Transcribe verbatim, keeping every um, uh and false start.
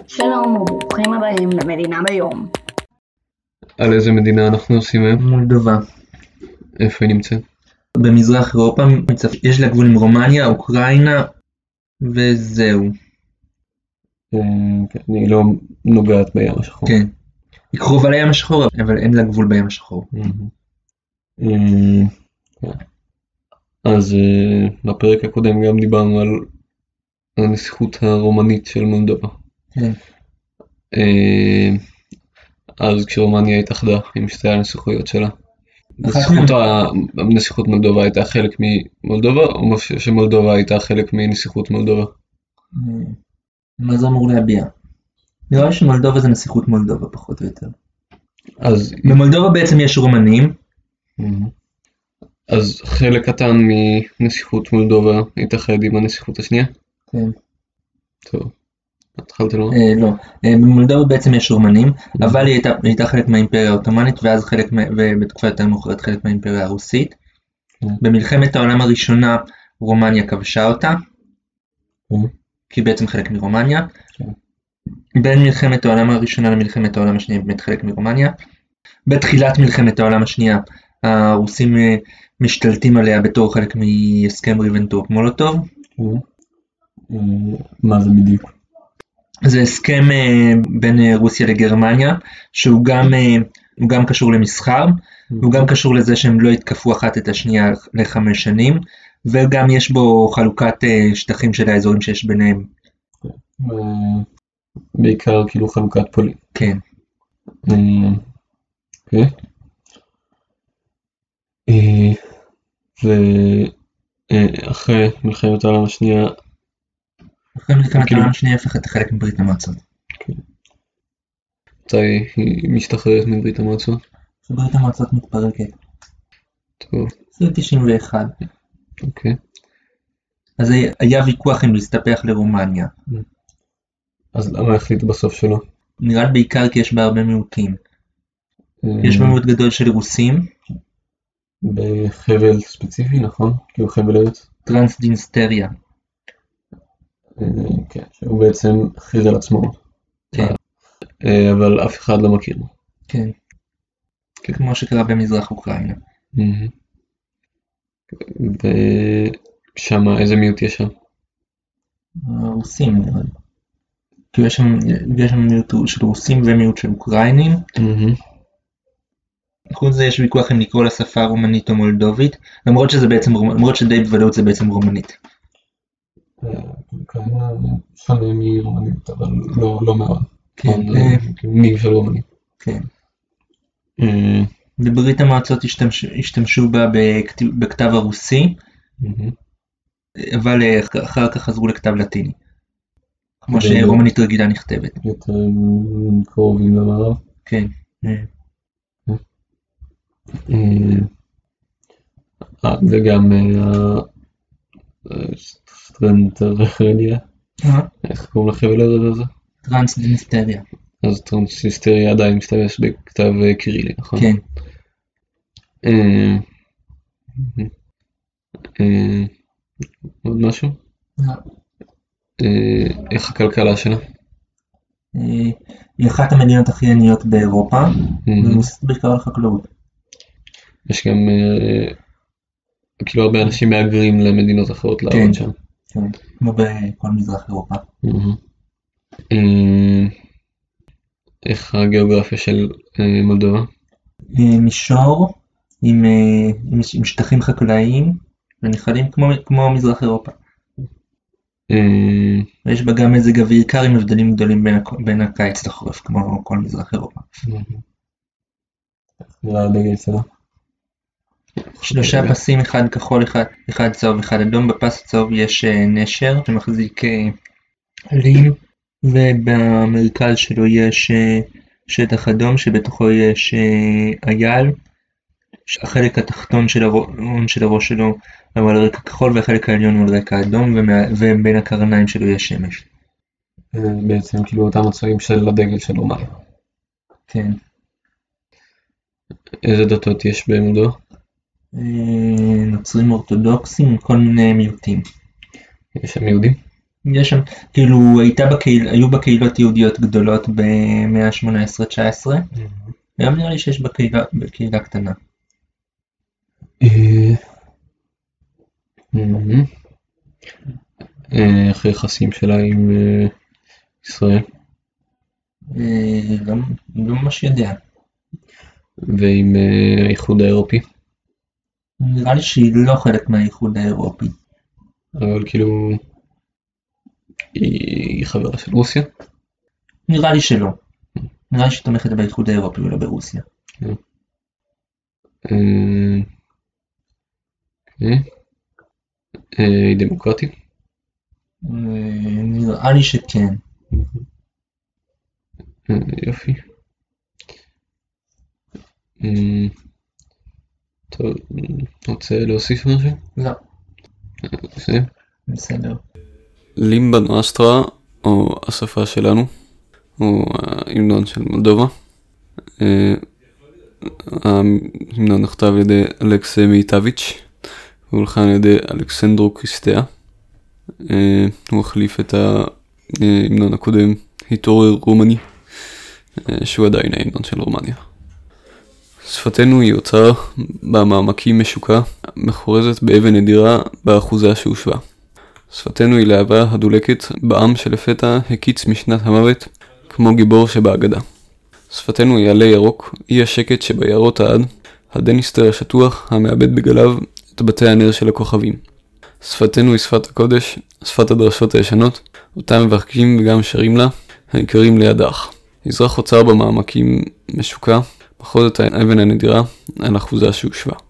שלום וברוכים הבאים למדינה ביום. על איזה מדינה אנחנו עושים היום? מולדובה. איפה היא נמצאת? במזרח אירופה, יש לה גבול עם רומניה, אוקראינה, וזהו. היא לא נוגעת בים השחור. כן. היא קרובה לים השחור, אבל אין לה גבול בים השחור. אז בפרק הקודם גם דיברנו על הנסיכות הרומנית של מולדובה. כן. אז כשרומניה התאחדה עם שתי הנסיכויות שלה, נסיכות מולדובה הייתה חלק ממולדובה, או שמולדובה הייתה חלק מנסיכות מולדובה? מה זה אמור להביע? נראה לי שמולדובה זה נסיכות מולדובה פחות או יותר. אז במולדובה בעצם יש רומנים. אז חלק קטן מנסיכות מולדובה התאחד עם הנסיכות השנייה? כן. טוב. התחלת לומר? לא. במולדובה בעצם יש רומנים, אבל היא הייתה חלק מהאימפריה האוטומנית, ואז חלק, ובתקופה יותר מאוחרת חלק מהאימפריה הרוסית. במלחמת העולם הראשונה רומניה כבשה אותה, כי היא בעצם חלק מרומניה. בין מלחמת העולם הראשונה למלחמת העולם השנייה באמת חלק מרומניה. בתחילת מלחמת העולם השנייה הרוסים משתלטים עליה בתור חלק מהסכם ריבנטרופ מולוטוב. מה זה בדיוק? זה הסכם בין רוסיה לגרמניה, שהוא גם, הוא גם קשור למסחר, הוא גם קשור לזה שהם לא יתקפו אחת את השנייה לחמש שנים, וגם יש בו חלוקת שטחים של האזורים שיש ביניהם. בעיקר כאילו חלוקת פולין. כן. אוקיי. ואחרי מלחמת העולם השנייה, אחרי מלחמת העולם השנייה הפכת לחלק מברית המועצות. מתי היא משתחררת מברית המועצות? ברית המועצות מתפרקת. טוב. זה תשעים ואחת. אוקיי. אז היה ויכוח אם להסתפח לרומניה. אז למה החליט בסוף שלו? נראה לי בעיקר כי יש בה הרבה מיעוטים. יש בה מיעוט גדול של רוסים. בחבל ספציפי, נכון? כאילו חבל ארץ? טרנסדינסטריה. כן, שהוא בעצם הכריז על עצמו. כן. אבל אף אחד לא מכיר. כן. כמו שקרה במזרח אוקראינה. ושם איזה מיעוט יש שם? רוסים נראה לי. כי יש שם מיעוט של רוסים ומיעוט של אוקראינים. חוץ זה יש ויכוח אם לקרוא לשפה רומנית או מולדובית, למרות שזה בעצם, למרות שדי בוודאות זה בעצם רומנית. אוקראינה שונה מרומנית, אבל לא מאוד. כן. מי של רומנית. כן. בברית המועצות השתמשו בה בכתב הרוסי, אבל אחר כך חזרו לכתב לטיני. כמו שרומנית רגילה נכתבת. יותר קרובים למערב. כן. וגם סטרנטרליה. איך קוראים לחבל ארץ הזה? טרנסדינסטריה. אז טרנסדינסטריה עדיין משתמש בכתב קירילי, נכון? כן. עוד משהו? איך הכלכלה שלה? היא אחת המדינות הכי עניות באירופה, ומבוססת בעיקר על חקלאות. יש גם כאילו הרבה אנשים מהגרים למדינות אחרות לעבוד שם. כן, כמו בכל מזרח אירופה. איך הגיאוגרפיה של מולדובה? מישור עם שטחים חקלאיים ונחלים כמו מזרח אירופה. ויש בה גם מזג אוויר קר עם הבדלים גדולים בין הקיץ לחורף כמו כל מזרח אירופה. נראה הדגל שלה. שלושה פסים, אחד כחול, אחד, אחד צהוב, אחד אדום. בפס הצהוב יש נשר שמחזיק עלים, ובמרכז שלו יש שטח אדום שבתוכו יש אייל. החלק התחתון של, הראש, של הראש שלו הוא על רקע כחול, והחלק העליון הוא על רקע אדום, ובין הקרניים שלו יש שמש. בעצם כאילו אותם הצבעים של הדגל של רומניה. כן. איזה דתות יש במולדובה? נוצרים אורתודוקסים, כל מיני מיעוטים. יש שם יהודים? יש שם, כאילו הייתה בקהיל, היו בקהילות יהודיות גדולות במאה ה-שמונה עשרה תשע עשרה, היום נראה לי שיש בקהילה, בקהילה קטנה. איך היחסים שלה עם ישראל? לא ממש יודע. ועם האיחוד האירופי? נראה לי שהיא לא חלק מהאיחוד האירופי. אבל כאילו היא חברה של רוסיה? נראה לי שלא. נראה לי שתומכת באיחוד האירופי ולא ברוסיה. היא דמוקרטית? נראה לי שכן. יופי. טוב, רוצה להוסיף משהו? לא. בסדר. בסדר. לימבה נואסטרה, או השפה שלנו, הוא ההמנון של מולדובה. ההמנון נכתב על ידי אלכס מיטביץ', הוא הולחן על ידי אלכסנדרו קריסטיה. הוא החליף את ההמנון הקודם, היטורר רומני, שהוא עדיין ההמנון של רומניה. שפתנו היא אוצר במעמקים משוקה, מחורזת באבן נדירה באחוזה שהושבה. שפתנו היא להבה הדולקת בעם שלפתע הקיץ משנת המוות, כמו גיבור שבאגדה. שפתנו היא עלי ירוק, אי השקט שביערות העד, הדניסטר השטוח המאבד בגליו את בתי הנר של הכוכבים. שפתנו היא שפת הקודש, שפת הדרשות הישנות, אותם מבחקים וגם שרים לה, העיקרים לידך. אזרח אוצר במעמקים משוקה, מחוזת האבן הנדירה על אחוזה שהושבה.